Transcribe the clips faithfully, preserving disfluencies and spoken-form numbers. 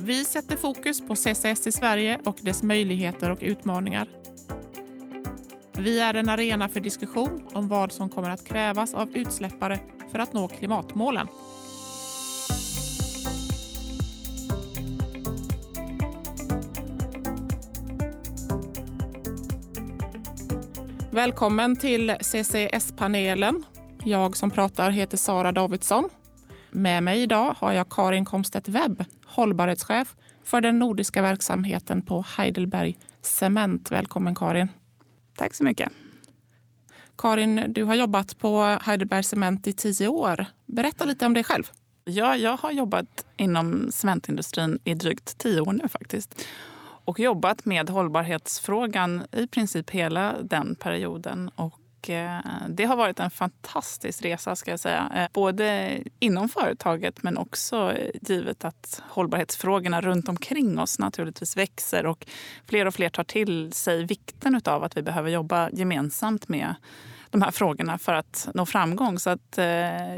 Vi sätter fokus på C C S i Sverige och dess möjligheter och utmaningar. Vi är en arena för diskussion om vad som kommer att krävas av utsläppare för att nå klimatmålen. Välkommen till C C S-panelen. Jag som pratar heter Sara Davidsson. Med mig idag har jag Karin Komstedt Webb, hållbarhetschef för den nordiska verksamheten på Heidelberg Cement. Välkommen Karin. Tack så mycket. Karin, du har jobbat på Heidelberg Cement i tio år. Berätta lite om dig själv. Ja, jag har jobbat inom cementindustrin i drygt tio år nu faktiskt. Och jobbat med hållbarhetsfrågan i princip hela den perioden. Och det har varit en fantastisk resa ska jag säga. Både inom företaget men också givet att hållbarhetsfrågorna runt omkring oss naturligtvis växer. Och fler och fler tar till sig vikten av att vi behöver jobba gemensamt med de här frågorna för att nå framgång. Så att eh,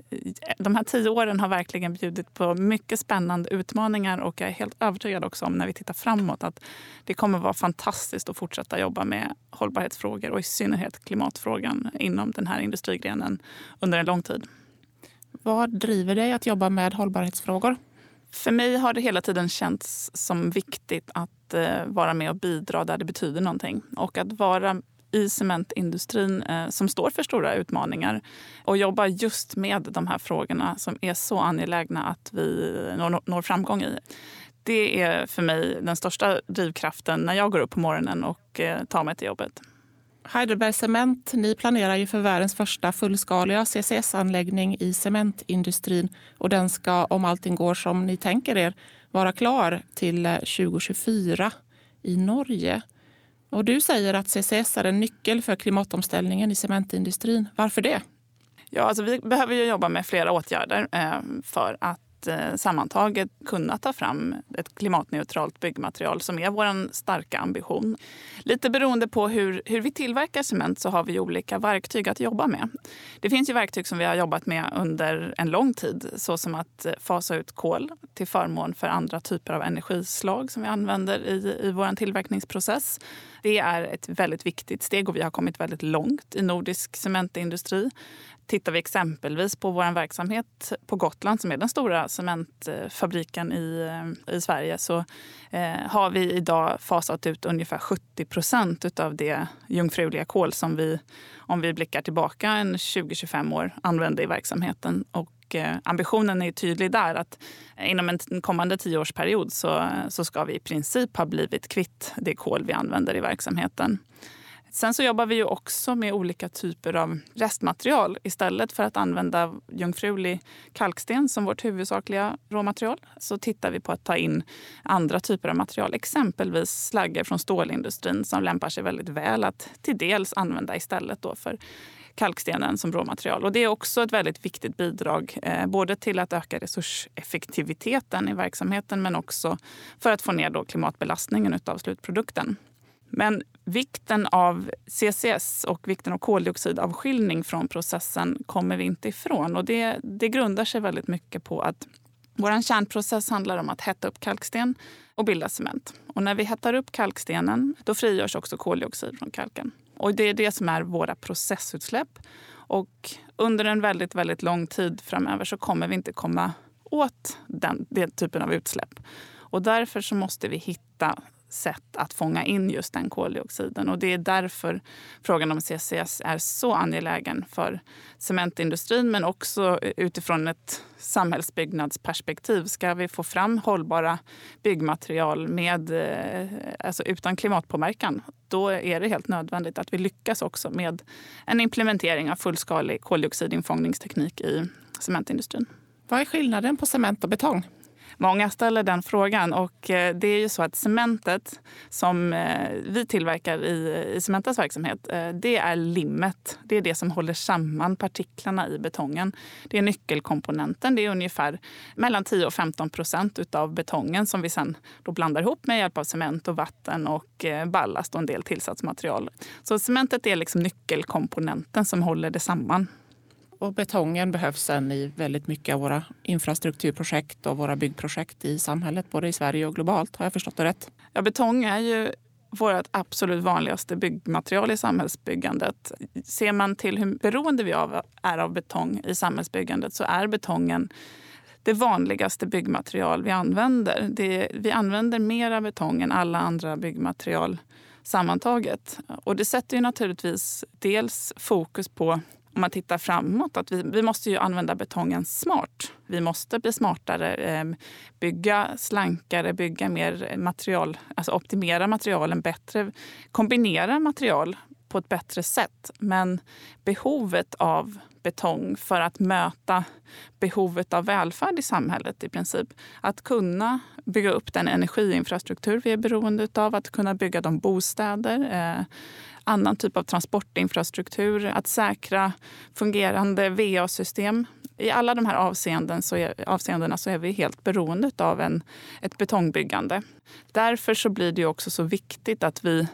de här tio åren har verkligen bjudit på mycket spännande utmaningar och jag är helt övertygad också om när vi tittar framåt att det kommer vara fantastiskt att fortsätta jobba med hållbarhetsfrågor och i synnerhet klimatfrågan inom den här industrigrenen under en lång tid. Vad driver dig att jobba med hållbarhetsfrågor? För mig har det hela tiden känts som viktigt att eh, vara med och bidra där det betyder någonting och att vara i cementindustrin eh, som står för stora utmaningar och jobbar just med de här frågorna som är så angelägna att vi når, når framgång i. Det är för mig den största drivkraften när jag går upp på morgonen och eh, tar mig till jobbet. Heidelberg Cement, ni planerar ju för världens första fullskaliga C C S-anläggning i cementindustrin och den ska, om allting går som ni tänker er, vara klar till tjugo tjugofyra i Norge. Och du säger att C C S är en nyckel för klimatomställningen i cementindustrin. Varför det? Ja, alltså vi behöver ju jobba med flera åtgärder eh, för att eh, sammantaget kunna ta fram ett klimatneutralt byggmaterial som är vår starka ambition. Lite beroende på hur, hur vi tillverkar cement så har vi olika verktyg att jobba med. Det finns ju verktyg som vi har jobbat med under en lång tid så som att fasa ut kol till förmån för andra typer av energislag som vi använder i, i vår tillverkningsprocess. Det är ett väldigt viktigt steg och vi har kommit väldigt långt i nordisk cementindustri. Tittar vi exempelvis på vår verksamhet på Gotland som är den stora cementfabriken i, i Sverige så eh, har vi idag fasat ut ungefär sjuttio procent av det jungfruliga kol som vi, om vi blickar tillbaka en tjugo till tjugofem år, använde i verksamheten. Och eh, ambitionen är tydlig där att inom en kommande tioårsperiod så, så ska vi i princip ha blivit kvitt det kol vi använder i verksamheten. Sen så jobbar vi ju också med olika typer av restmaterial. Istället för att använda jungfrulig kalksten som vårt huvudsakliga råmaterial så tittar vi på att ta in andra typer av material. Exempelvis slaggar från stålindustrin som lämpar sig väldigt väl att till dels använda istället då för kalkstenen som råmaterial. Och det är också ett väldigt viktigt bidrag eh, både till att öka resurseffektiviteten i verksamheten men också för att få ner då klimatbelastningen av slutprodukten. Men vikten av C C S och vikten av koldioxidavskiljning från processen kommer vi inte ifrån. Och det, det grundar sig väldigt mycket på att vår kärnprocess handlar om att hetta upp kalksten och bilda cement. Och när vi hettar upp kalkstenen då frigörs också koldioxid från kalken. Och det är det som är våra processutsläpp. Och under en väldigt, väldigt lång tid framöver så kommer vi inte komma åt den, den typen av utsläpp. Och därför så måste vi hitta sätt att fånga in just den koldioxiden. Och det är därför frågan om C C S är så angelägen för cementindustrin men också utifrån ett samhällsbyggnadsperspektiv. Ska vi få fram hållbara byggmaterial med, alltså utan klimatpåverkan då är det helt nödvändigt att vi lyckas också med en implementering av fullskalig koldioxidinfångningsteknik i cementindustrin. Vad är skillnaden på cement och betong? Många ställer den frågan och det är ju så att cementet som vi tillverkar i, i Cementas verksamhet, det är limmet. Det är det som håller samman partiklarna i betongen. Det är nyckelkomponenten. Det är ungefär mellan tio och femton procent av betongen som vi sen då blandar ihop med hjälp av cement och vatten och ballast och en del tillsatsmaterial. Så cementet är liksom nyckelkomponenten som håller det samman. Och betongen behövs sen i väldigt mycket av våra infrastrukturprojekt och våra byggprojekt i samhället, både i Sverige och globalt. Har jag förstått det rätt? Ja, betong är ju vårt absolut vanligaste byggmaterial i samhällsbyggandet. Ser man till hur beroende vi är av betong i samhällsbyggandet så är betongen det vanligaste byggmaterial vi använder. Det, vi använder mer betong än alla andra byggmaterial sammantaget. Och det sätter ju naturligtvis dels fokus på, om man tittar framåt, att vi, vi måste ju använda betongen smart. Vi måste bli smartare, eh, bygga slankare, bygga mer material, alltså optimera materialen bättre, kombinera material på ett bättre sätt. Men behovet av betong för att möta behovet av välfärd i samhället i princip. Att kunna bygga upp den energiinfrastruktur vi är beroende av, att kunna bygga de bostäder, eh, annan typ av transportinfrastruktur, att säkra fungerande V A-system. I alla de här avseenden så är, avseendena så är vi helt beroende av en, ett betongbyggande. Därför så blir det också så viktigt att vi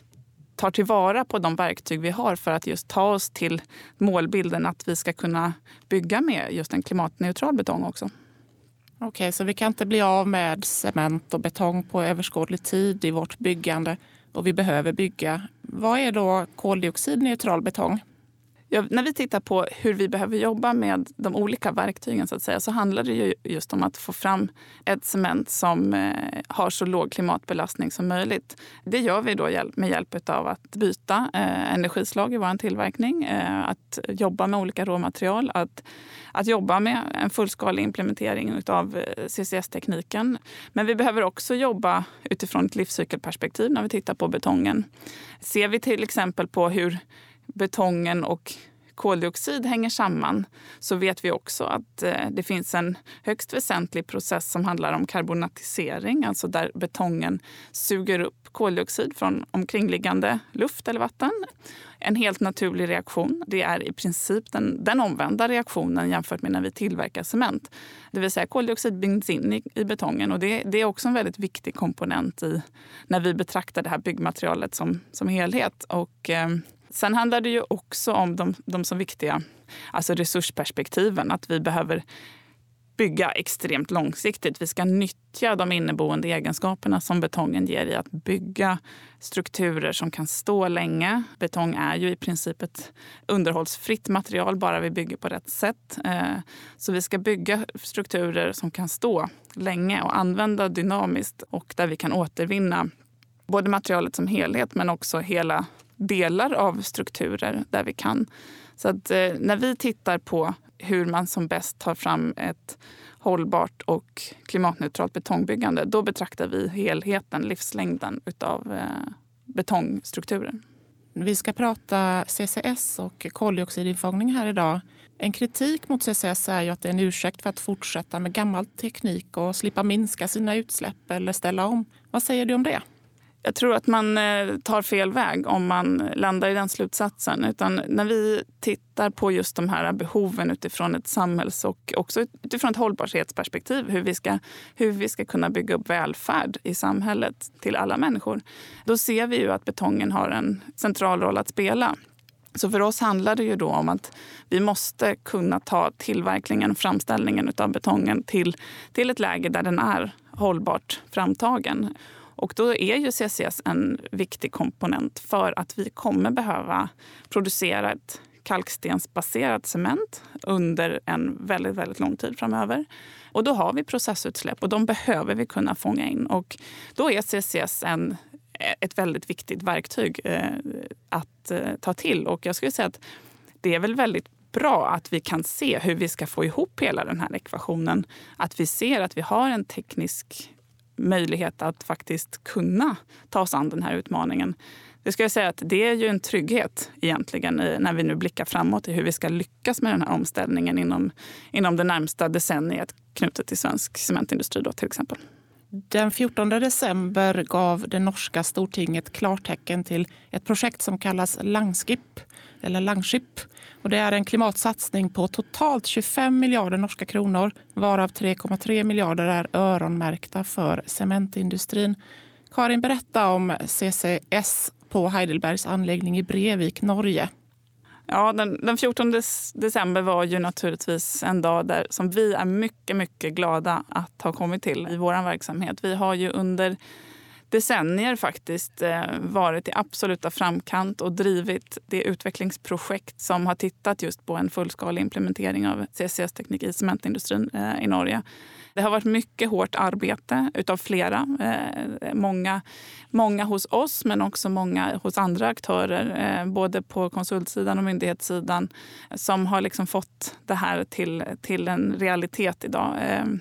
tar tillvara på de verktyg vi har för att just ta oss till målbilden att vi ska kunna bygga med just en klimatneutral betong också. Okej, okay, så vi kan inte bli av med cement och betong på överskådlig tid i vårt byggande och vi behöver bygga. Vad är då koldioxidneutral betong? Ja, när vi tittar på hur vi behöver jobba med de olika verktygen så att säga, så handlar det ju just om att få fram ett cement som eh, har så låg klimatbelastning som möjligt. Det gör vi då med hjälp av att byta eh, energislag i vår tillverkning, eh, att jobba med olika råmaterial, att, att jobba med en fullskalig implementering av C C S-tekniken. Men vi behöver också jobba utifrån ett livscykelperspektiv när vi tittar på betongen. Ser vi till exempel på hur betongen och koldioxid hänger samman så vet vi också att eh, det finns en högst väsentlig process som handlar om karbonatisering, alltså där betongen suger upp koldioxid från omkringliggande luft eller vatten. En helt naturlig reaktion. Det är i princip den, den omvända reaktionen jämfört med när vi tillverkar cement. Det vill säga koldioxid binds in i, i betongen och det, det är också en väldigt viktig komponent i när vi betraktar det här byggmaterialet som, som helhet. Och eh, Sen handlar det ju också om de, de som viktiga, alltså resursperspektiven, att vi behöver bygga extremt långsiktigt. Vi ska nyttja de inneboende egenskaperna som betongen ger i att bygga strukturer som kan stå länge. Betong är ju i princip ett underhållsfritt material bara vi bygger på rätt sätt. Så vi ska bygga strukturer som kan stå länge och använda dynamiskt och där vi kan återvinna både materialet som helhet men också hela delar av strukturer där vi kan. Så att eh, när vi tittar på hur man som bäst tar fram ett hållbart och klimatneutralt betongbyggande, då betraktar vi helheten, livslängden utav eh, betongstrukturen. Vi ska prata C C S och koldioxidinfångning här idag. En kritik mot C C S är ju att det är en ursäkt för att fortsätta med gammal teknik och slippa minska sina utsläpp eller ställa om. Vad säger du om det? Jag tror att man tar fel väg om man landar i den slutsatsen. Utan när vi tittar på just de här behoven utifrån ett samhälls- och också utifrån ett hållbarhetsperspektiv, hur vi ska, hur vi ska kunna bygga upp välfärd i samhället till alla människor, då ser vi ju att betongen har en central roll att spela. Så för oss handlar det ju då om att vi måste kunna ta tillverkningen och framställningen av betongen till, till ett läge där den är hållbart framtagen. Och då är ju C C S en viktig komponent för att vi kommer behöva producera ett kalkstensbaserat cement under en väldigt, väldigt lång tid framöver. Och då har vi processutsläpp och de behöver vi kunna fånga in. Och då är C C S en, ett väldigt viktigt verktyg eh, att eh, ta till. Och jag skulle säga att det är väl väldigt bra att vi kan se hur vi ska få ihop hela den här ekvationen. Att vi ser att vi har en teknisk möjlighet att faktiskt kunna ta oss an den här utmaningen. Det ska jag säga att det är ju en trygghet egentligen när vi nu blickar framåt i hur vi ska lyckas med den här omställningen inom, inom det närmsta decenniet knutet till svensk cementindustri då till exempel. Den fjortonde december gav det norska stortinget klartecken till ett projekt som kallas Langskip eller Langskip. Och det är en klimatsatsning på totalt tjugofem miljarder norska kronor, varav tre komma tre miljarder är öronmärkta för cementindustrin. Karin, berätta om C C S på Heidelbergs anläggning i Brevik, Norge. Ja, den, den fjortonde december var ju naturligtvis en dag där som vi är mycket, mycket glada att ha kommit till i vår verksamhet. Vi har ju under decennier faktiskt varit i absoluta framkant och drivit det utvecklingsprojekt som har tittat just på en fullskalig implementering av C C S-teknik i cementindustrin i Norge. Det har varit mycket hårt arbete utav flera, många, många hos oss men också många hos andra aktörer, både på konsultsidan och myndighetssidan, som har liksom fått det här till, till en realitet idag.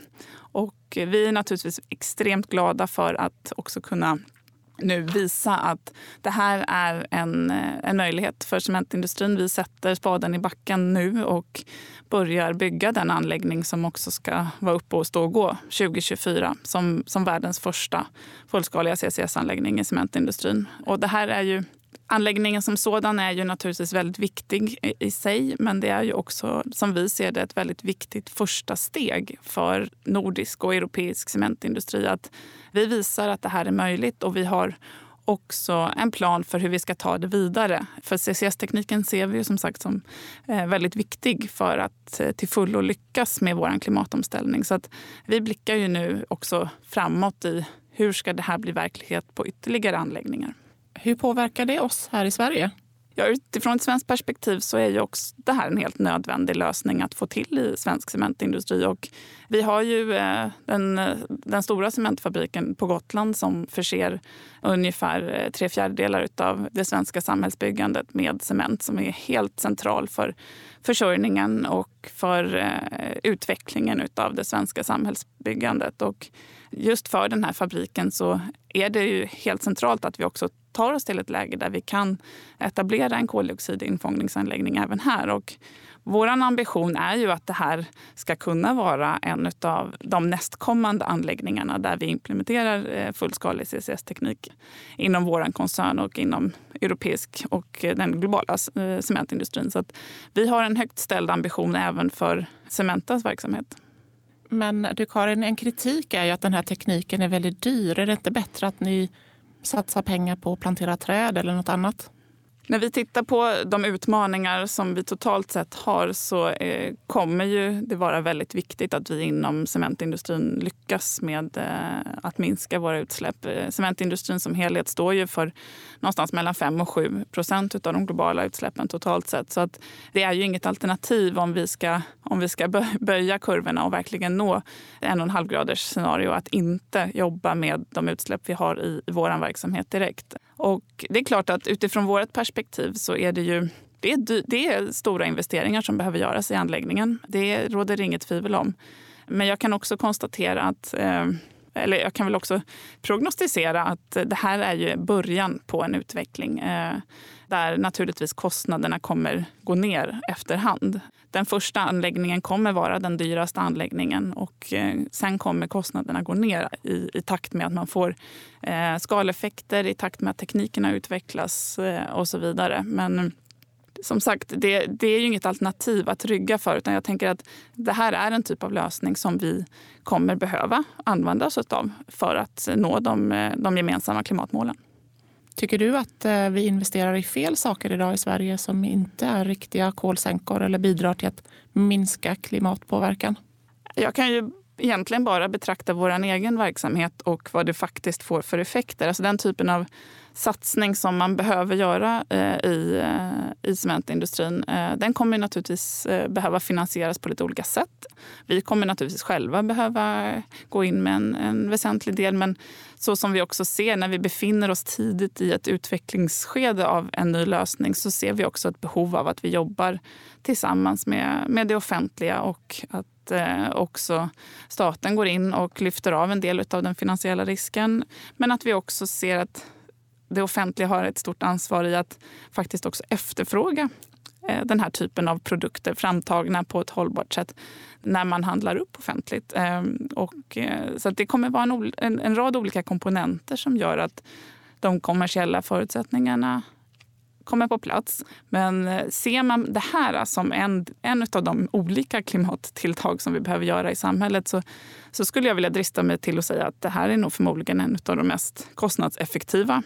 Och vi är naturligtvis extremt glada för att också kunna nu visa att det här är en, en möjlighet för cementindustrin. Vi sätter spaden i backen nu och börjar bygga den anläggning som också ska vara uppe och stå och gå tjugo tjugofyra som, som världens första fullskaliga C C S-anläggning i cementindustrin. Och det här är ju Anläggningen som sådan är ju naturligtvis väldigt viktig i sig, men det är ju också, som vi ser det, ett väldigt viktigt första steg för nordisk och europeisk cementindustri. Att vi visar att det här är möjligt och vi har också en plan för hur vi ska ta det vidare. För C C S-tekniken ser vi ju som sagt som väldigt viktig för att till fullo lyckas med vår klimatomställning. Så att vi blickar ju nu också framåt i hur ska det här bli verklighet på ytterligare anläggningar. Hur påverkar det oss här i Sverige? Ja, utifrån ett svenskt perspektiv så är ju också det här en helt nödvändig lösning att få till i svensk cementindustri. Och vi har ju eh, den, den stora cementfabriken på Gotland som förser ungefär tre fjärdedelar av det svenska samhällsbyggandet med cement, som är helt central för försörjningen och för eh, utvecklingen av det svenska samhällsbyggandet. Och just för den här fabriken så är det ju helt centralt att vi också tar oss till ett läge där vi kan etablera en koldioxidinfångningsanläggning även här. Och vår ambition är ju att det här ska kunna vara en av de nästkommande anläggningarna där vi implementerar fullskalig C C S-teknik inom vår koncern och inom europeisk och den globala cementindustrin. Så att vi har en högt ställd ambition även för Cementas verksamhet. Men du Karin, en kritik är ju att den här tekniken är väldigt dyr. Är det inte bättre att ni satsar pengar på att plantera träd eller något annat? När vi tittar på de utmaningar som vi totalt sett har så eh, kommer ju det vara väldigt viktigt att vi inom cementindustrin lyckas med eh, att minska våra utsläpp. Cementindustrin som helhet står ju för någonstans mellan fem och sju procent av de globala utsläppen totalt sett. Så att det är ju inget alternativ om vi ska, om vi ska böja kurvorna och verkligen nå en och en halv graders scenario att inte jobba med de utsläpp vi har i, i vår verksamhet direkt. Och det är klart att utifrån vårt perspektiv så är det ju det är, det är stora investeringar som behöver göras i anläggningen. Det råder inget tvivel om. Men jag kan också konstatera att, eller jag kan väl också prognostisera att det här är ju början på en utveckling där naturligtvis kostnaderna kommer gå ner efterhand. Den första anläggningen kommer vara den dyraste anläggningen och sen kommer kostnaderna gå ner i, i takt med att man får eh, skaleffekter, i takt med att teknikerna utvecklas eh, och så vidare. Men som sagt, det, det är ju inget alternativ att rygga för, utan jag tänker att det här är en typ av lösning som vi kommer behöva använda oss av för att nå de, de gemensamma klimatmålen. Tycker du att vi investerar i fel saker idag i Sverige som inte är riktiga kolsänkor eller bidrar till att minska klimatpåverkan? Jag kan ju egentligen bara betrakta vår egen verksamhet och vad det faktiskt får för effekter. Alltså den typen av satsning som man behöver göra eh, i, eh, i cementindustrin, eh, den kommer naturligtvis eh, behöva finansieras på lite olika sätt. Vi kommer naturligtvis själva behöva gå in med en, en väsentlig del, men så som vi också ser när vi befinner oss tidigt i ett utvecklingsskede av en ny lösning så ser vi också ett behov av att vi jobbar tillsammans med, med det offentliga och att eh, också staten går in och lyfter av en del av den finansiella risken, men att vi också ser att det offentliga har ett stort ansvar i att faktiskt också efterfråga den här typen av produkter framtagna på ett hållbart sätt när man handlar upp offentligt. Och, så att det kommer vara en, en, en rad olika komponenter som gör att de kommersiella förutsättningarna kommer på plats. Men ser man det här som en, en av de olika klimattilltag som vi behöver göra i samhället så, så skulle jag vilja drista mig till att säga att det här är nog förmodligen en av de mest kostnadseffektiva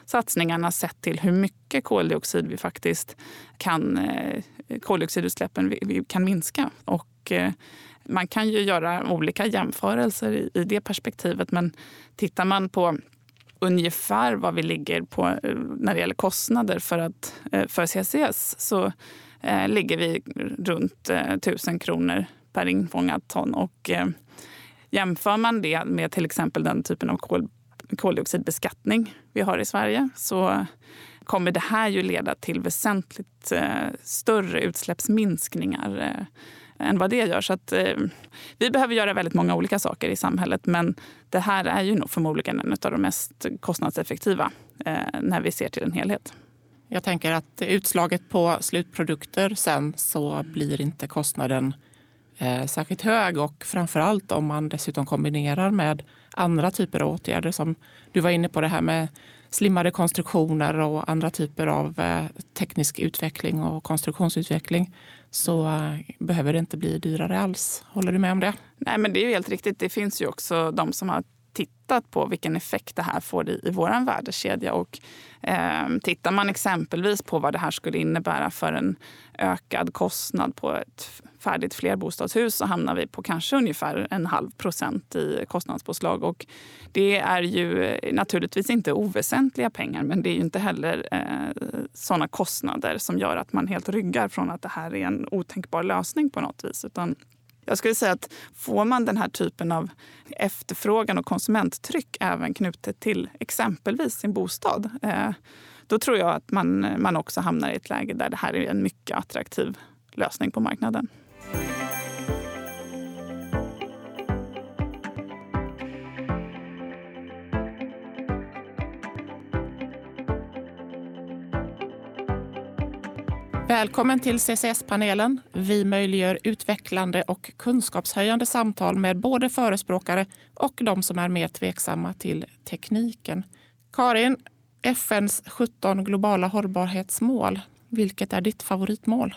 satsningarna sett till hur mycket koldioxid vi faktiskt kan, koldioxidutsläppen vi, vi kan minska. Och man kan ju göra olika jämförelser i, i det perspektivet, men tittar man på ungefär vad vi ligger på när det gäller kostnader för, att, för C C S så eh, ligger vi runt eh, tusen kronor per infångat ton. Och, eh, jämför man det med till exempel den typen av kol, koldioxidbeskattning vi har i Sverige så kommer det här ju leda till väsentligt eh, större utsläppsminskningar eh, än vad det gör. Så att, eh, vi behöver göra väldigt många olika saker i samhället, men det här är ju nog förmodligen en av de mest kostnadseffektiva eh, när vi ser till en helhet. Jag tänker att utslaget på slutprodukter sen så blir inte kostnaden eh, särskilt hög, och framförallt om man dessutom kombinerar med andra typer av åtgärder som du var inne på, det här med slimmade konstruktioner och andra typer av eh, teknisk utveckling och konstruktionsutveckling, så eh, behöver det inte bli dyrare alls. Håller du med om det? Nej, men det är ju helt riktigt. Det finns ju också de som har tittat på vilken effekt det här får i, i vår värdekedja. Och, eh, tittar man exempelvis på vad det här skulle innebära för en ökad kostnad på ett färdigt flerbostadshus, så hamnar vi på kanske ungefär en halv procent i kostnadspåslag. Och det är ju naturligtvis inte oväsentliga pengar, men det är ju inte heller eh, sådana kostnader som gör att man helt ryggar från att det här är en otänkbar lösning på något vis. Utan jag skulle säga att får man den här typen av efterfrågan och konsumenttryck även knutet till exempelvis sin bostad, eh, då tror jag att man, man också hamnar i ett läge där det här är en mycket attraktiv lösning på marknaden. Välkommen till C C S-panelen. Vi möjliggör utvecklande och kunskapshöjande samtal med både förespråkare och de som är mer tveksamma till tekniken. Karin, F N:s sjutton globala hållbarhetsmål. Vilket är ditt favoritmål?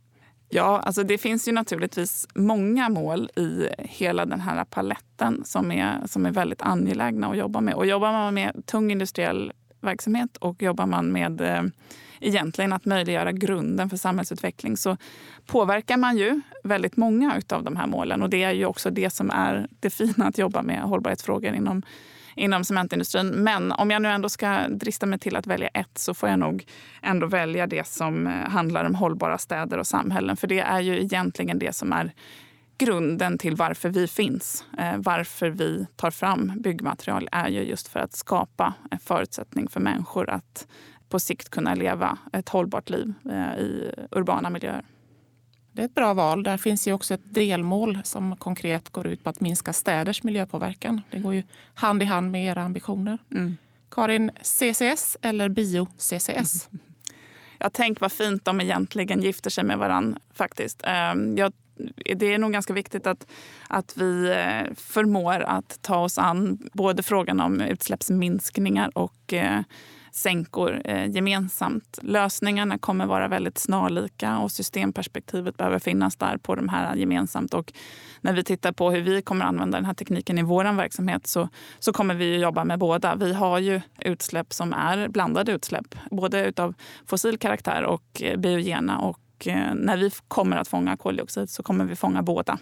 Ja, alltså det finns ju naturligtvis många mål i hela den här paletten som är, som är väldigt angelägna att jobba med. Och jobbar man med tung industriell verksamhet och jobbar man med eh, egentligen att möjliggöra grunden för samhällsutveckling, så påverkar man ju väldigt många av de här målen. Och det är ju också det som är det fina att jobba med hållbarhetsfrågor inom inom cementindustrin. Men om jag nu ändå ska drista mig till att välja ett, så får jag nog ändå välja det som handlar om hållbara städer och samhällen. För det är ju egentligen det som är grunden till varför vi finns. Varför vi tar fram byggmaterial är ju just för att skapa en förutsättning för människor att på sikt kunna leva ett hållbart liv i urbana miljöer. Det är ett bra val. Där finns ju också ett delmål som konkret går ut på att minska städers miljöpåverkan. Det går ju hand i hand med era ambitioner. Mm. Karin, C C S eller bio-C C S? Mm. Jag tänker vad fint de egentligen gifter sig med varann faktiskt. Jag, det är nog ganska viktigt att, att vi förmår att ta oss an både frågan om utsläppsminskningar och sänkor eh, gemensamt. Lösningarna kommer vara väldigt snarlika och systemperspektivet behöver finnas där på de här gemensamt. Och när vi tittar på hur vi kommer använda den här tekniken i vår verksamhet så, så kommer vi ju jobba med båda. Vi har ju utsläpp som är blandade utsläpp, både utav fossil karaktär och eh, biogena. Och eh, när vi kommer att fånga koldioxid så kommer vi fånga båda.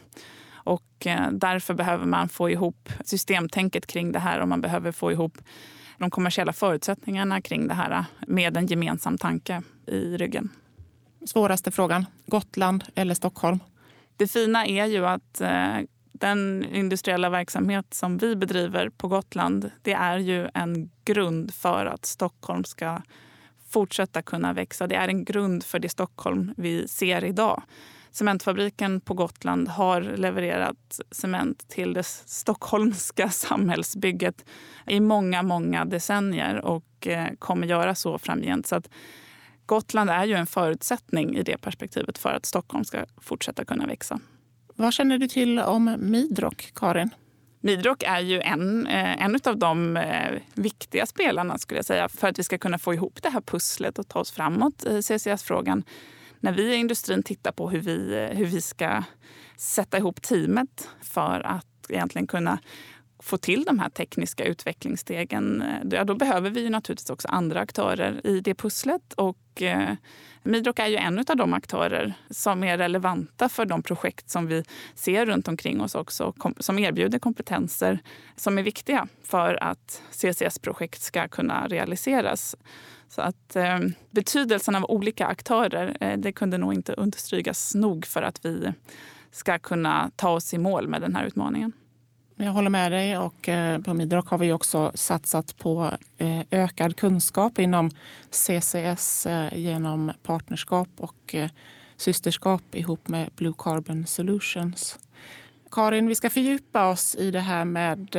Och eh, därför behöver man få ihop systemtänket kring det här, och man behöver få ihop de kommersiella förutsättningarna kring det här med en gemensam tanke i ryggen. Svåraste frågan, Gotland eller Stockholm? Det fina är ju att eh, den industriella verksamhet som vi bedriver på Gotland, det är ju en grund för att Stockholm ska fortsätta kunna växa. Det är en grund för det Stockholm vi ser idag. Cementfabriken på Gotland har levererat cement till det stockholmska samhällsbygget i många, många decennier och kommer göra så framgent. Så att Gotland är ju en förutsättning i det perspektivet för att Stockholm ska fortsätta kunna växa. Vad känner du till om Midrock, Karin? Midrock är ju en, en av de viktiga spelarna skulle jag säga för att vi ska kunna få ihop det här pusslet och ta oss framåt i C C S-frågan. När vi i industrin tittar på hur vi, hur vi ska sätta ihop teamet för att egentligen kunna få till de här tekniska utvecklingsstegen, ja, då behöver vi ju naturligtvis också andra aktörer i det pusslet. Och eh, Midrock är ju en av de aktörer som är relevanta för de projekt som vi ser runt omkring oss också, kom, som erbjuder kompetenser som är viktiga för att C C S-projekt ska kunna realiseras. Så att eh, betydelsen av olika aktörer, eh, det kunde nog inte understrykas nog för att vi ska kunna ta oss i mål med den här utmaningen. Jag håller med dig, och på Midrock har vi också satsat på ökad kunskap inom C C S genom partnerskap och systerskap ihop med Blue Carbon Solutions. Karin, vi ska fördjupa oss i det här med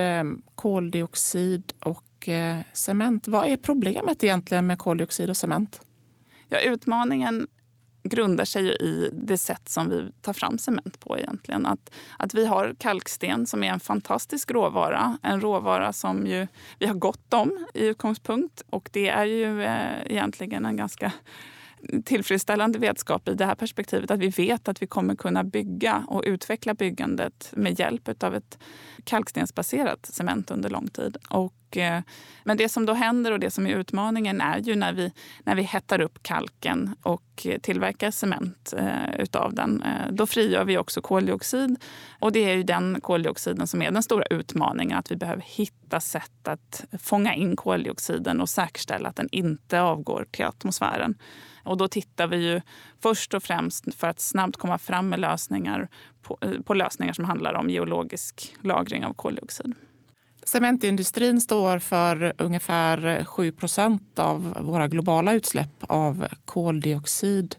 koldioxid och cement. Vad är problemet egentligen med koldioxid och cement? Ja, utmaningen grundar sig ju i det sätt som vi tar fram cement på egentligen. Att, att vi har kalksten som är en fantastisk råvara. En råvara som ju vi har gott om i utgångspunkt. Och det är ju eh, egentligen en ganska tillfredsställande vetskap i det här perspektivet. Att vi vet att vi kommer kunna bygga och utveckla byggandet med hjälp av ett kalkstensbaserat cement under lång tid. Och, eh, men det som då händer och det som är utmaningen är ju när vi, när vi hettar upp kalken och tillverkar cement eh, utav den. Eh, då frigör vi också koldioxid. Och det är ju den koldioxiden som är den stora utmaningen. Att vi behöver hitta sätt att fånga in koldioxiden och säkerställa att den inte avgår till atmosfären. Och då tittar vi ju först och främst för att snabbt komma fram med lösningar på, på lösningar som handlar om geologisk lagring av koldioxid. Cementindustrin står för ungefär sju procent av våra globala utsläpp av koldioxid.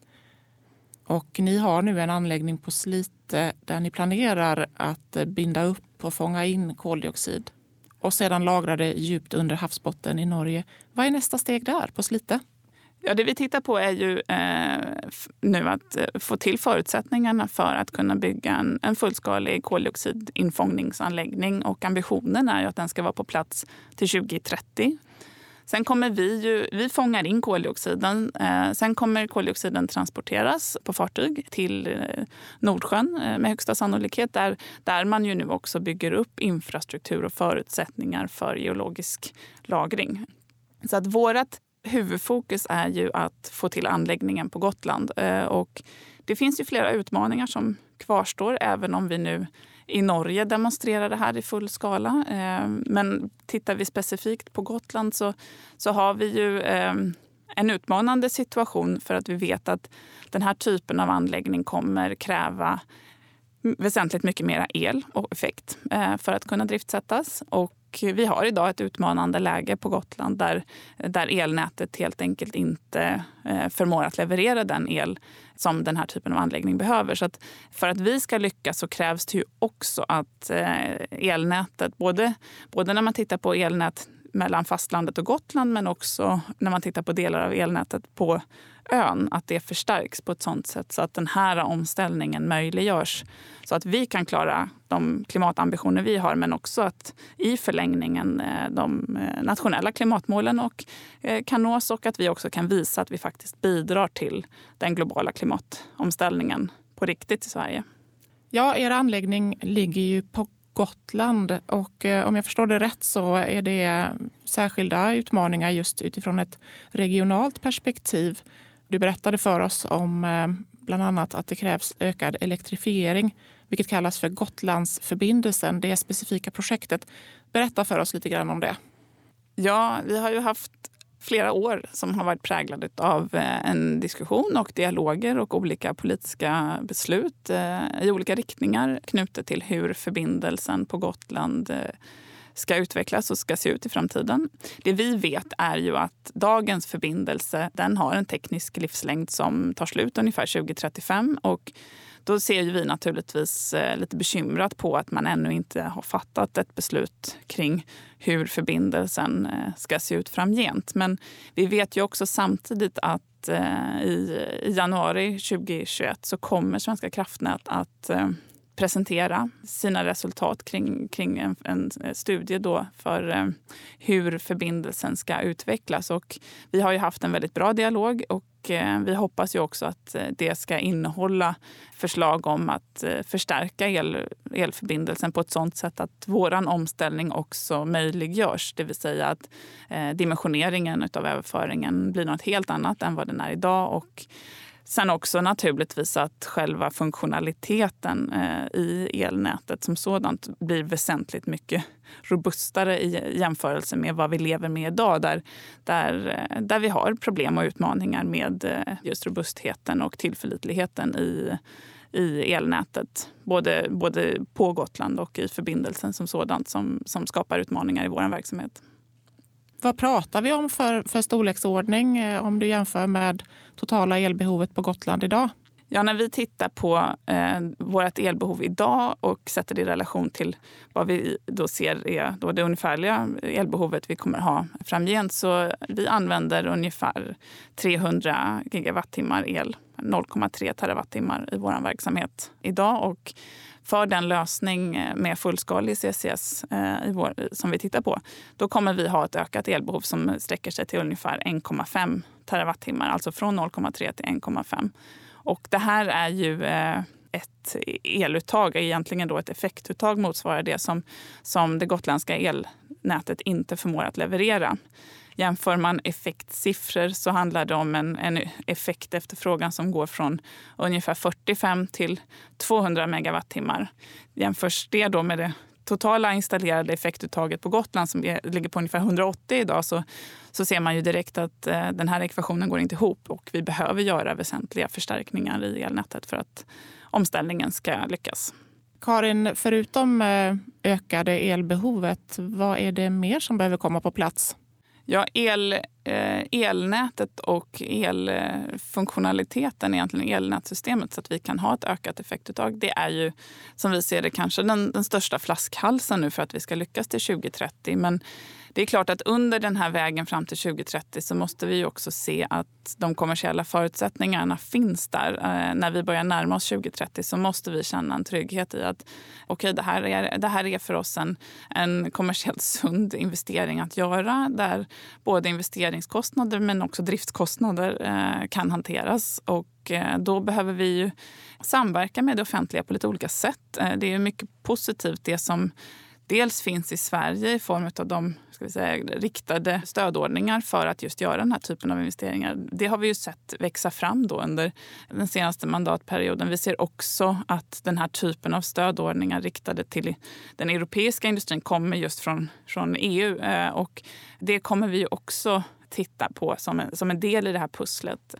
Och ni har nu en anläggning på Slite där ni planerar att binda upp och fånga in koldioxid och sedan lagra det djupt under havsbotten i Norge. Vad är nästa steg där på Slite? Ja, det vi tittar på är ju eh, nu att eh, få till förutsättningarna för att kunna bygga en, en fullskalig koldioxidinfångningsanläggning. Och ambitionen är ju att den ska vara på plats till tjugo trettio. Sen kommer vi ju, vi fångar in koldioxiden. Eh, sen kommer koldioxiden transporteras på fartyg till eh, Nordsjön eh, med högsta sannolikhet. Där, där man ju nu också bygger upp infrastruktur och förutsättningar för geologisk lagring. Så att vårat huvudfokus är ju att få till anläggningen på Gotland. Och det finns ju flera utmaningar som kvarstår även om vi nu i Norge demonstrerar det här i full skala. Men tittar vi specifikt på Gotland så, så har vi ju en utmanande situation för att vi vet att den här typen av anläggning kommer kräva väsentligt mycket mer el och effekt för att kunna driftsättas. Och vi har idag ett utmanande läge på Gotland där, där elnätet helt enkelt inte förmår att leverera den el som den här typen av anläggning behöver. Så att för att vi ska lyckas så krävs det ju också att elnätet, både, både när man tittar på elnät mellan fastlandet och Gotland men också när man tittar på delar av elnätet på ön, att det förstärks på ett sådant sätt så att den här omställningen möjliggörs. Så att vi kan klara de klimatambitioner vi har men också att i förlängningen de nationella klimatmålen och kan nås och att vi också kan visa att vi faktiskt bidrar till den globala klimatomställningen på riktigt i Sverige. Ja, er anläggning ligger ju på Gotland och om jag förstår det rätt så är det särskilda utmaningar just utifrån ett regionalt perspektiv. Du berättade för oss om bland annat att det krävs ökad elektrifiering, vilket kallas för Gotlandsförbindelsen, det specifika projektet. Berätta för oss lite grann om det. Ja, vi har ju haft flera år som har varit präglade av en diskussion och dialoger och olika politiska beslut i olika riktningar knutet till hur förbindelsen på Gotland ska utvecklas och ska se ut i framtiden. Det vi vet är ju att dagens förbindelse den har en teknisk livslängd som tar slut ungefär tjugo trettiofem och då ser ju vi naturligtvis lite bekymrat på att man ännu inte har fattat ett beslut kring hur förbindelsen ska se ut framgent. Men vi vet ju också samtidigt att i januari tjugohundratjugoett så kommer Svenska kraftnät att presentera sina resultat kring, kring en, en studie då för eh, hur förbindelsen ska utvecklas. Och vi har ju haft en väldigt bra dialog och Och eh, vi hoppas ju också att det ska innehålla förslag om att eh, förstärka el, elförbindelsen på ett sådant sätt att våran omställning också möjliggörs. Det vill säga att eh, dimensioneringen av överföringen blir något helt annat än vad den är idag. Och sen också naturligtvis att själva funktionaliteten eh, i elnätet som sådant blir väsentligt mycket robustare i jämförelse med vad vi lever med idag. Där, där, där vi har problem och utmaningar med eh, just robustheten och tillförlitligheten i, i elnätet. Både, både på Gotland och i förbindelsen som sådant som, som skapar utmaningar i vår verksamhet. Vad pratar vi om för, för storleksordning eh, om du jämför med totala elbehovet på Gotland idag? Ja, när vi tittar på eh, vårt elbehov idag och sätter det i relation till vad vi då ser är då det ungefärliga elbehovet vi kommer ha framgent, så vi använder ungefär trehundra gigawattimmar el, noll komma tre terawattimmar i vår verksamhet idag. Och för den lösning med fullskalig C C S eh, i vår, som vi tittar på, då kommer vi ha ett ökat elbehov som sträcker sig till ungefär en komma fem terawattimmar, alltså från noll komma tre till en komma fem. Och det här är ju eh, ett eluttag, egentligen då ett effektuttag motsvarar det som, som det gotländska elnätet inte förmår att leverera. Jämför man effektsiffror så handlar det om en, en effektefterfrågan som går från ungefär fyrtiofem till tvåhundra megawattimmar. Jämförs det då med det totala installerade effektuttaget på Gotland som är, ligger på ungefär hundraåttio idag, så, så ser man ju direkt att eh, den här ekvationen går inte ihop och vi behöver göra väsentliga förstärkningar i elnätet för att omställningen ska lyckas. Karin, förutom eh, ökade elbehovet, vad är det mer som behöver komma på plats? Ja, el, eh, elnätet och elfunktionaliteten, egentligen elnätsystemet, så att vi kan ha ett ökat effektuttag. Det är ju, som vi ser det, kanske den, den största flaskhalsen nu för att vi ska lyckas till tjugo trettio. Men det är klart att under den här vägen fram till tjugo trettio så måste vi också se att de kommersiella förutsättningarna finns där. Eh, när vi börjar närma oss tjugo trettio så måste vi känna en trygghet i att okej, okay, det, här är, det här är för oss en, en kommersiellt sund investering att göra, där både investeringskostnader men också driftskostnader eh, kan hanteras. Och eh, då behöver vi ju samverka med det offentliga på lite olika sätt. Eh, det är mycket positivt det som dels finns i Sverige i form av de ska vi säga, riktade stödordningar för att just göra den här typen av investeringar. Det har vi ju sett växa fram då under den senaste mandatperioden. Vi ser också att den här typen av stödordningar riktade till den europeiska industrin kommer just från, från E U. Och det kommer vi också titta på som en, som en del i det här pusslet.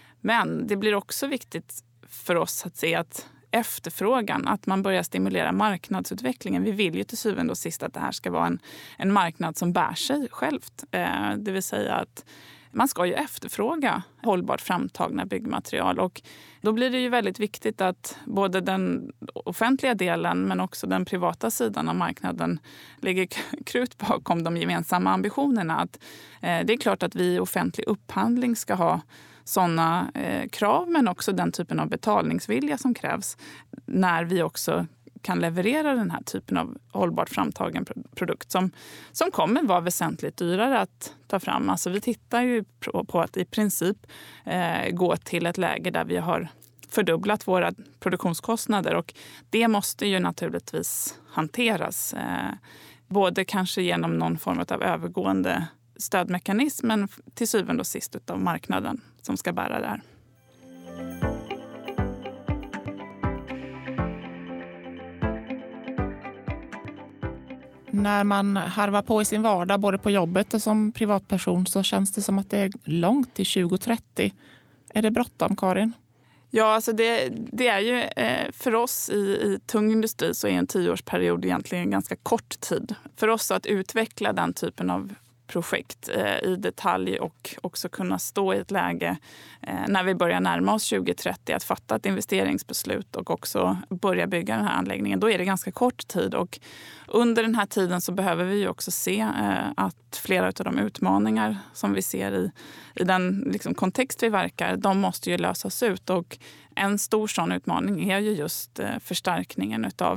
Men det blir också viktigt för oss att se att efterfrågan, att man börjar stimulera marknadsutvecklingen. Vi vill ju till syvende och sist att det här ska vara en, en marknad som bär sig självt. Eh, det vill säga att man ska ju efterfråga hållbart framtagna byggmaterial, och då blir det ju väldigt viktigt att både den offentliga delen men också den privata sidan av marknaden lägger krut bakom de gemensamma ambitionerna. Att, eh, det är klart att vi i offentlig upphandling ska ha sådana eh, krav, men också den typen av betalningsvilja som krävs när vi också kan leverera den här typen av hållbart framtagen produkt som, som kommer vara väsentligt dyrare att ta fram. Alltså vi tittar ju på, på att i princip eh, gå till ett läge där vi har fördubblat våra produktionskostnader, och det måste ju naturligtvis hanteras. Eh, både kanske genom någon form av övergående stödmekanism, men till syvende och sist av marknaden som ska bära det här. När man harvar på i sin vardag, både på jobbet och som privatperson, så känns det som att det är långt till tjugo trettio. Är det bråttom, Karin? Ja, alltså det, det är ju eh, för oss i, i tung industri så är en tioårsperiod egentligen en ganska kort tid. För oss att utveckla den typen av projekt eh, i detalj och också kunna stå i ett läge eh, när vi börjar närma oss tjugo trettio att fatta ett investeringsbeslut och också börja bygga den här anläggningen. Då är det ganska kort tid, och under den här tiden så behöver vi ju också se eh, att flera av de utmaningar som vi ser i, i den liksom, kontext vi verkar, de måste ju lösas ut, och en stor sån utmaning är ju just eh, förstärkningen utav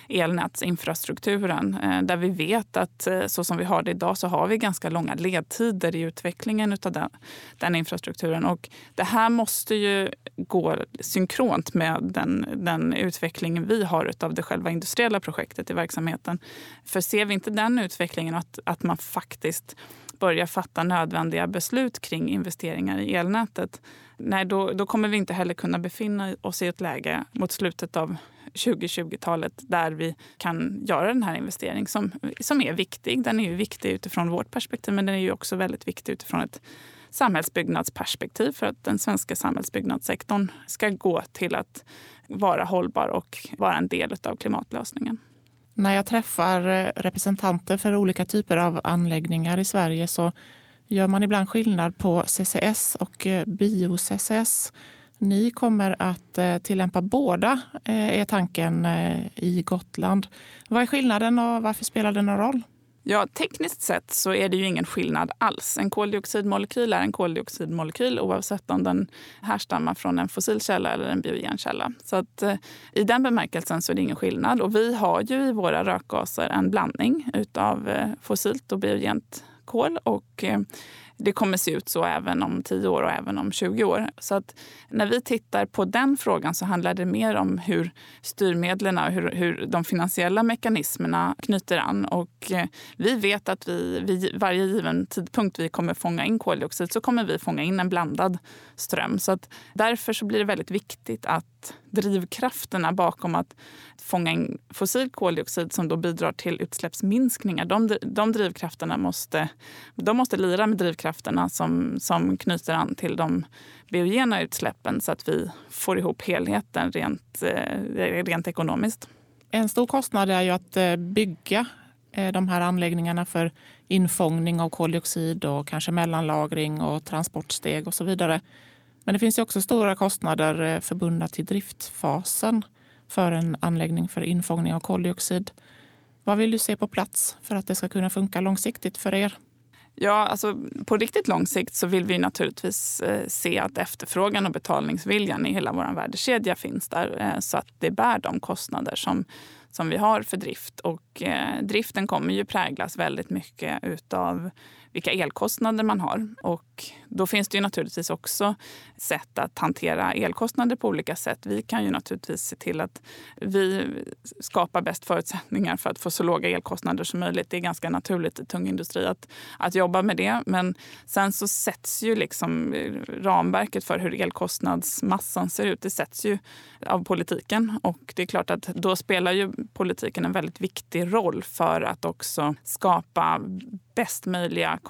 elnätsinfrastrukturen. Där vi vet att så som vi har det idag så har vi ganska långa ledtider i utvecklingen av den, den infrastrukturen. Och det här måste ju gå synkront med den, den utvecklingen vi har av det själva industriella projektet i verksamheten. För ser vi inte den utvecklingen att, att man faktiskt börjar fatta nödvändiga beslut kring investeringar i elnätet, nej, då, då kommer vi inte heller kunna befinna oss i ett läge mot slutet av tjugohundratjugotalet där vi kan göra den här investeringen som, som är viktig. Den är ju viktig utifrån vårt perspektiv, men den är ju också väldigt viktig utifrån ett samhällsbyggnadsperspektiv för att den svenska samhällsbyggnadssektorn ska gå till att vara hållbar och vara en del av klimatlösningen. När jag träffar representanter för olika typer av anläggningar i Sverige så gör man ibland skillnad på C C S och bio-C C S. Ni kommer att tillämpa båda, är tanken, i Gotland. Vad är skillnaden och varför spelar det någon roll? Ja, tekniskt sett så är det ju ingen skillnad alls. En koldioxidmolekyl är en koldioxidmolekyl oavsett om den härstammar från en fossilkälla eller en biogenkälla. Så att, eh, i den bemärkelsen så är det ingen skillnad. Och vi har ju i våra rökgaser en blandning utav eh, fossilt och biogent kol och eh, det kommer se ut så även om tio år och även om tjugo år. Så att när vi tittar på den frågan så handlar det mer om hur styrmedlen och hur, hur de finansiella mekanismerna knyter an. Och eh, vi vet att vi vid varje given tidpunkt vi kommer fånga in koldioxid så kommer vi fånga in en blandad ström. Så att därför så blir det väldigt viktigt att drivkrafterna bakom att fånga in fossil koldioxid som då bidrar till utsläppsminskningar, de, de drivkrafterna måste, de måste lira med drivkrafterna som, som knyter an till de biogena utsläppen så att vi får ihop helheten rent, rent ekonomiskt. En stor kostnad är ju att bygga de här anläggningarna för infångning av koldioxid och kanske mellanlagring och transportsteg och så vidare. Men det finns ju också stora kostnader förbundna till driftfasen för en anläggning för infångning av koldioxid. Vad vill du se på plats för att det ska kunna funka långsiktigt för er? Ja, alltså på riktigt lång sikt så vill vi naturligtvis eh, se att efterfrågan och betalningsviljan i hela vår värdekedja finns där eh, så att det bär de kostnader som, som vi har för drift. Och eh, driften kommer ju präglas väldigt mycket utav vilka elkostnader man har. Och då finns det ju naturligtvis också sätt att hantera elkostnader på olika sätt. Vi kan ju naturligtvis se till att vi skapar bäst förutsättningar för att få så låga elkostnader som möjligt. Det är ganska naturligt i tung industri att, att jobba med det. Men sen så sätts ju liksom ramverket för hur elkostnadsmassan ser ut. Det sätts ju av politiken. Och det är klart att då spelar ju politiken en väldigt viktig roll för att också skapa bäst möjliga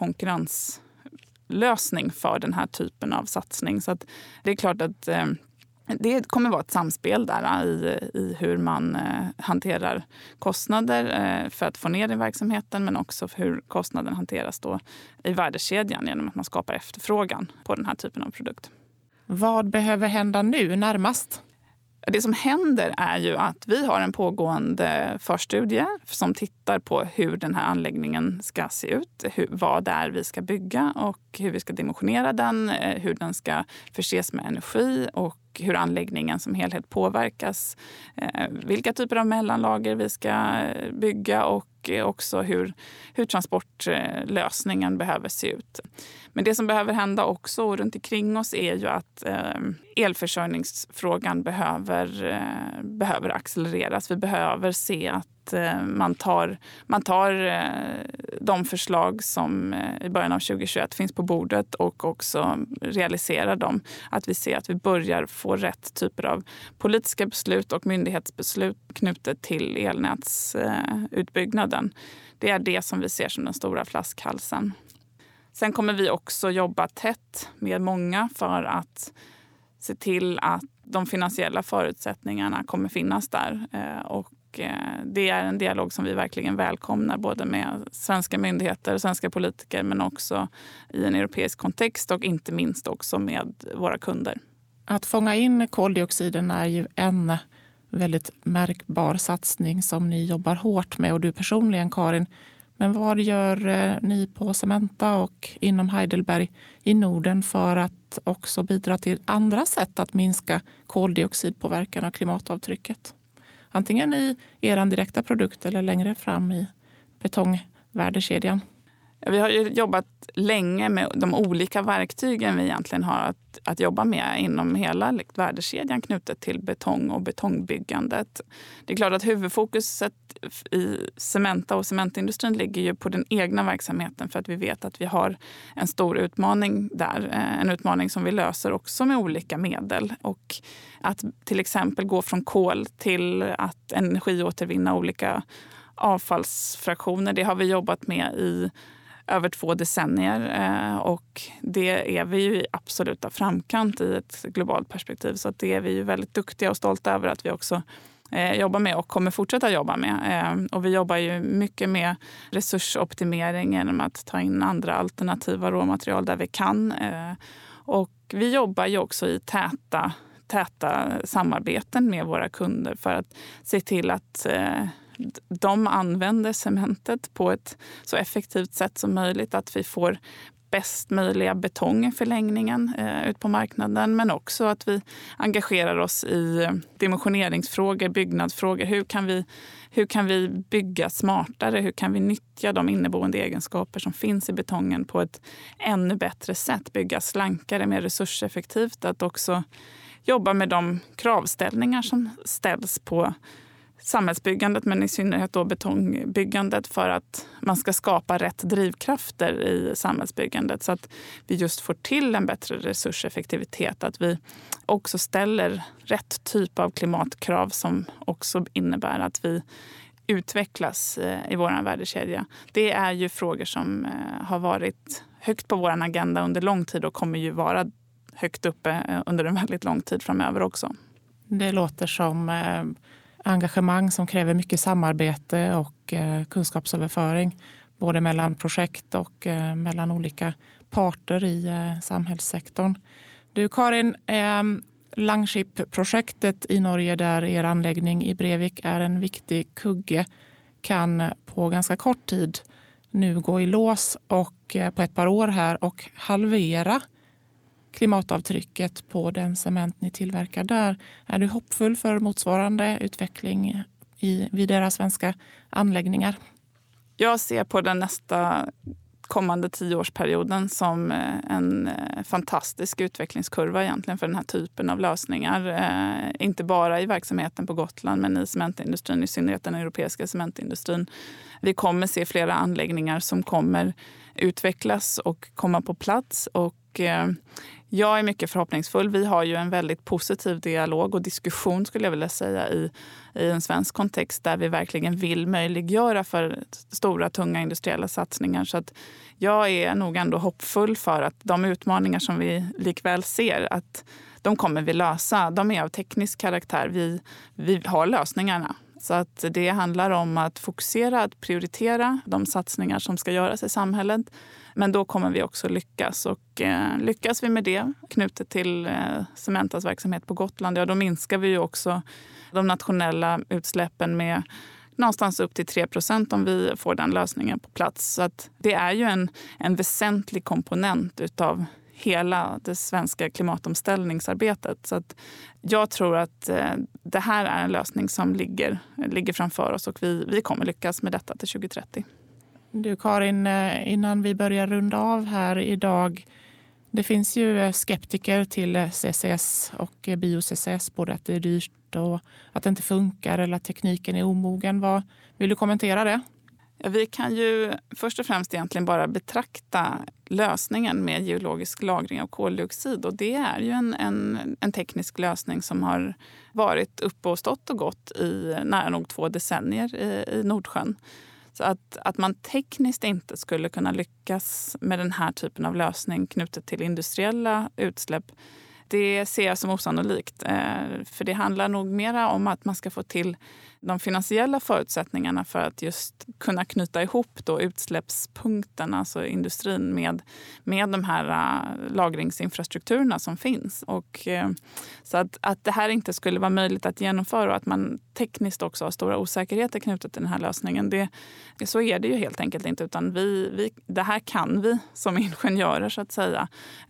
konkurrenslösning för den här typen av satsning. Så att det är klart att eh, det kommer vara ett samspel där i, i hur man eh, hanterar kostnader eh, för att få ner den verksamheten men också för hur kostnaden hanteras då i värdekedjan genom att man skapar efterfrågan på den här typen av produkt. Vad behöver hända nu närmast? Det som händer är ju att vi har en pågående förstudie som tittar på hur den här anläggningen ska se ut, hur, vad det är vi ska bygga och hur vi ska dimensionera den, hur den ska förses med energi och hur anläggningen som helhet påverkas, vilka typer av mellanlager vi ska bygga och också hur, hur transportlösningen behöver se ut. Men det som behöver hända också runt omkring oss är ju att eh, elförsörjningsfrågan behöver, eh, behöver accelereras. Vi behöver se att eh, man tar, man tar eh, de förslag som eh, i början av tjugohundratjugoett finns på bordet och också realiserar dem. Att vi ser att vi börjar få rätt typer av politiska beslut och myndighetsbeslut knutet till elnätsutbyggnaden. Eh, det är det som vi ser som den stora flaskhalsen. Sen kommer vi också jobba tätt med många för att se till att de finansiella förutsättningarna kommer finnas där. Och det är en dialog som vi verkligen välkomnar både med svenska myndigheter, svenska politiker men också i en europeisk kontext och inte minst också med våra kunder. Att fånga in koldioxiden är ju en väldigt märkbar satsning som ni jobbar hårt med och du personligen, Karin. Men vad gör ni på Cementa och inom Heidelberg i Norden för att också bidra till andra sätt att minska koldioxidpåverkan och klimatavtrycket? antingen i er direkta produkt eller längre fram i betongvärdekedjan? Vi har ju jobbat länge med de olika verktygen vi egentligen har att, att jobba med inom hela värdekedjan knutet till betong och betongbyggandet. Det är klart att huvudfokuset i Cementa och cementindustrin ligger ju på den egna verksamheten för att vi vet att vi har en stor utmaning där. En utmaning som vi löser också med olika medel. Och att till exempel gå från kol till att energiåtervinna olika avfallsfraktioner, det har vi jobbat med i över två decennier och det är vi ju i absoluta framkant i ett globalt perspektiv. Så att det är vi ju väldigt duktiga och stolta över att vi också jobbar med och kommer fortsätta jobba med. Och vi jobbar ju mycket med resursoptimering genom att ta in andra alternativa råmaterial där vi kan. Och vi jobbar ju också i täta, täta samarbeten med våra kunder för att se till att de använder cementet på ett så effektivt sätt som möjligt. Att vi får bäst möjliga betong i förlängningen eh, ut på marknaden. Men också att vi engagerar oss i dimensioneringsfrågor, byggnadsfrågor. Hur kan vi, hur kan vi bygga smartare? Hur kan vi nyttja de inneboende egenskaper som finns i betongen på ett ännu bättre sätt? Bygga slankare, mer resurseffektivt. Att också jobba med de kravställningar som ställs på samhällsbyggandet, men i synnerhet då betongbyggandet, för att man ska skapa rätt drivkrafter i samhällsbyggandet så att vi just får till en bättre resurseffektivitet. Att vi också ställer rätt typ av klimatkrav som också innebär att vi utvecklas i vår värdekedja. Det är ju frågor som har varit högt på vår agenda under lång tid och kommer ju vara högt uppe under en väldigt lång tid framöver också. Det låter som engagemang som kräver mycket samarbete och eh, kunskapsöverföring både mellan projekt och eh, mellan olika parter i eh, samhällssektorn. Du Karin, eh, Langskip-projektet i Norge där er anläggning i Brevik är en viktig kugge kan på ganska kort tid nu gå i lås och eh, på ett par år här och halvera klimatavtrycket på den cement ni tillverkar där. Är du hoppfull för motsvarande utveckling i, vid era svenska anläggningar? Jag ser på den nästa kommande tioårsperioden som en fantastisk utvecklingskurva egentligen för den här typen av lösningar. Inte bara i verksamheten på Gotland men i cementindustrin, i synnerhet den europeiska cementindustrin. Vi kommer se flera anläggningar som kommer utvecklas och komma på plats och jag är mycket förhoppningsfull. Vi har ju en väldigt positiv dialog och diskussion skulle jag vilja säga i, i en svensk kontext där vi verkligen vill möjliggöra för stora, tunga industriella satsningar. Så att jag är nog ändå hoppfull för att de utmaningar som vi likväl ser att de kommer vi lösa. De är av teknisk karaktär. Vi, vi har lösningarna. Så att det handlar om att fokusera, att prioritera de satsningar som ska göras i samhället. Men då kommer vi också lyckas. Och eh, lyckas vi med det knutet till eh, Cementas verksamhet på Gotland, ja, då minskar vi ju också de nationella utsläppen med någonstans upp till tre procent om vi får den lösningen på plats. Så att det är ju en, en väsentlig komponent utav hela det svenska klimatomställningsarbetet. Så att jag tror att eh, det här är en lösning som ligger, ligger framför oss och vi, vi kommer lyckas med detta till tjugo trettio. Du Karin, innan vi börjar runda av här idag. Det finns ju skeptiker till C C S och bio-C C S, både att det är dyrt och att det inte funkar eller att tekniken är omogen. Vad, vill du kommentera det? Ja, vi kan ju först och främst egentligen bara betrakta lösningen med geologisk lagring av koldioxid. Och det är ju en, en, en teknisk lösning som har varit uppe och stått och gått i nära nog två decennier i, i Nordsjön. Så att, att man tekniskt inte skulle kunna lyckas med den här typen av lösning knutet till industriella utsläpp, det ser jag som osannolikt. För det handlar nog mera om att man ska få till de finansiella förutsättningarna för att just kunna knyta ihop då utsläppspunkterna, alltså industrin, med, med de här uh, lagringsinfrastrukturerna som finns. Och, uh, så att, att det här inte skulle vara möjligt att genomföra och att man tekniskt också har stora osäkerheter knutet till den här lösningen, det, så är det ju helt enkelt inte. Utan vi, vi, det här kan vi som ingenjörer så att säga. Och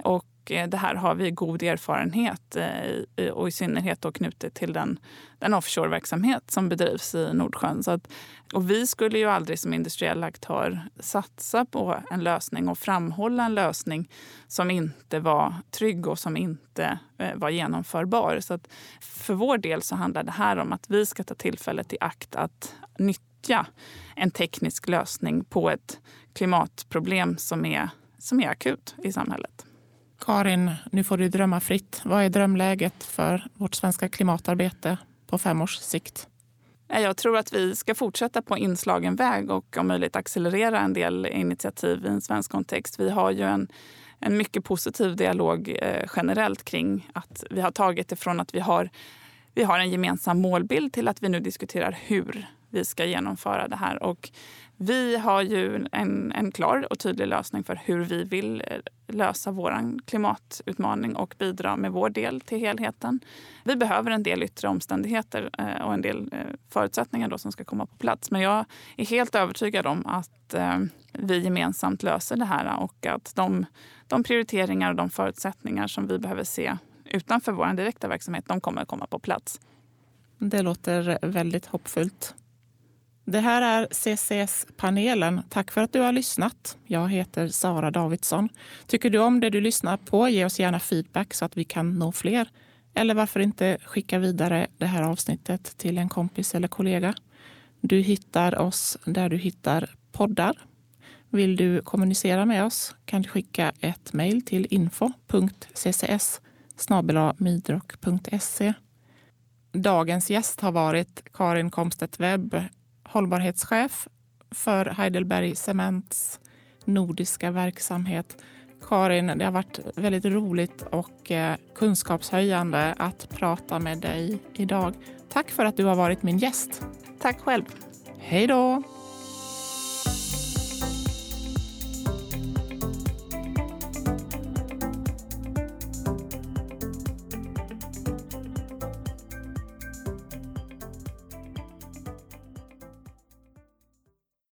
Och det här har vi god erfarenhet och i synnerhet då knutet till den, den offshore-verksamhet som bedrivs i Nordsjön. Så att, och vi skulle ju aldrig som industriell aktör satsa på en lösning och framhålla en lösning som inte var trygg och som inte var genomförbar. Så att för vår del så handlar det här om att vi ska ta tillfället i akt att nyttja en teknisk lösning på ett klimatproblem som är, som är akut i samhället. Karin, nu får du drömma fritt. Vad är drömläget för vårt svenska klimatarbete på fem års sikt? Jag tror att vi ska fortsätta på inslagen väg och om möjligt accelerera en del initiativ i en svensk kontext. Vi har ju en, en mycket positiv dialog eh, generellt kring att vi har tagit ifrån att vi har, vi har en gemensam målbild till att vi nu diskuterar hur vi ska genomföra det här. Och vi har ju en, en klar och tydlig lösning för hur vi vill lösa vår klimatutmaning och bidra med vår del till helheten. Vi behöver en del yttre omständigheter och en del förutsättningar då som ska komma på plats. Men jag är helt övertygad om att vi gemensamt löser det här och att de, de prioriteringar och de förutsättningar som vi behöver se utanför vår direkta verksamhet, de kommer att komma på plats. Det låter väldigt hoppfullt. Det här är C C S-panelen. Tack för att du har lyssnat. Jag heter Sara Davidsson. Tycker du om det du lyssnar på, ge oss gärna feedback så att vi kan nå fler. Eller varför inte skicka vidare det här avsnittet till en kompis eller kollega. Du hittar oss där du hittar poddar. Vill du kommunicera med oss kan du skicka ett mejl till info punkt c c s snabel-a midrock punkt se. Dagens gäst har varit Karin Komstedt Webb, hållbarhetschef för Heidelberg Cements nordiska verksamhet. Karin, det har varit väldigt roligt och kunskapshöjande att prata med dig idag. Tack för att du har varit min gäst. Tack själv. Hej då!